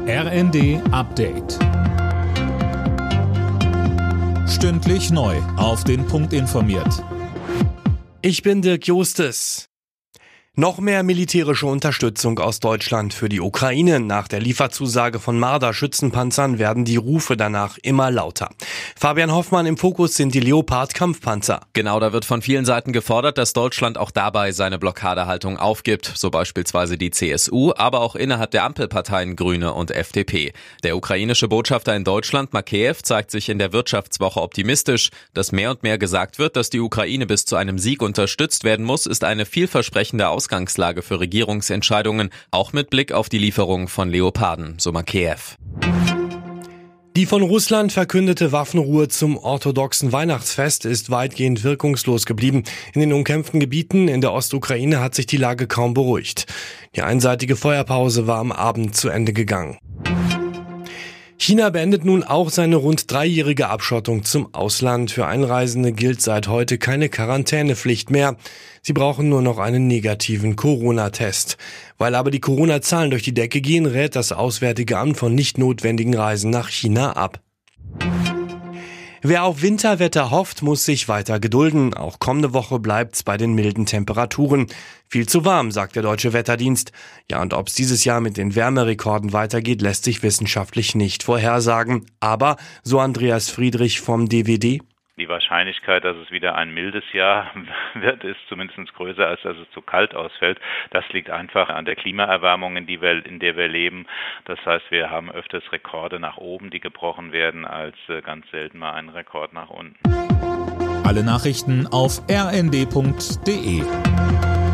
RND Update. Stündlich neu auf den Punkt informiert. Ich bin Dirk Justes. Noch mehr militärische Unterstützung aus Deutschland für die Ukraine. Nach der Lieferzusage von Marder-Schützenpanzern werden die Rufe danach immer lauter. Fabian Hoffmann, im Fokus sind die Leopard-Kampfpanzer. Genau, da wird von vielen Seiten gefordert, dass Deutschland auch dabei seine Blockadehaltung aufgibt. So beispielsweise die CSU, aber auch innerhalb der Ampelparteien Grüne und FDP. Der ukrainische Botschafter in Deutschland, Makeyev, zeigt sich in der Wirtschaftswoche optimistisch. Dass mehr und mehr gesagt wird, dass die Ukraine bis zu einem Sieg unterstützt werden muss, ist eine vielversprechende Ausgangslage für Regierungsentscheidungen, auch mit Blick auf die Lieferung von Leoparden, so Makeyev. Die von Russland verkündete Waffenruhe zum orthodoxen Weihnachtsfest ist weitgehend wirkungslos geblieben. In den umkämpften Gebieten in der Ostukraine hat sich die Lage kaum beruhigt. Die einseitige Feuerpause war am Abend zu Ende gegangen. China beendet nun auch seine rund 3-jährige Abschottung zum Ausland. Für Einreisende gilt seit heute keine Quarantänepflicht mehr. Sie brauchen nur noch einen negativen Corona-Test. Weil aber die Corona-Zahlen durch die Decke gehen, rät das Auswärtige Amt von nicht notwendigen Reisen nach China ab. Wer auf Winterwetter hofft, muss sich weiter gedulden. Auch kommende Woche bleibt's bei den milden Temperaturen. Viel zu warm, sagt der Deutsche Wetterdienst. Ja, und ob's dieses Jahr mit den Wärmerekorden weitergeht, lässt sich wissenschaftlich nicht vorhersagen. Aber, so Andreas Friedrich vom DWD, die Wahrscheinlichkeit, dass es wieder ein mildes Jahr wird, ist zumindest größer, als dass es zu kalt ausfällt. Das liegt einfach an der Klimaerwärmung, in der wir leben. Das heißt, wir haben öfters Rekorde nach oben, die gebrochen werden, als ganz selten mal einen Rekord nach unten. Alle Nachrichten auf rnd.de.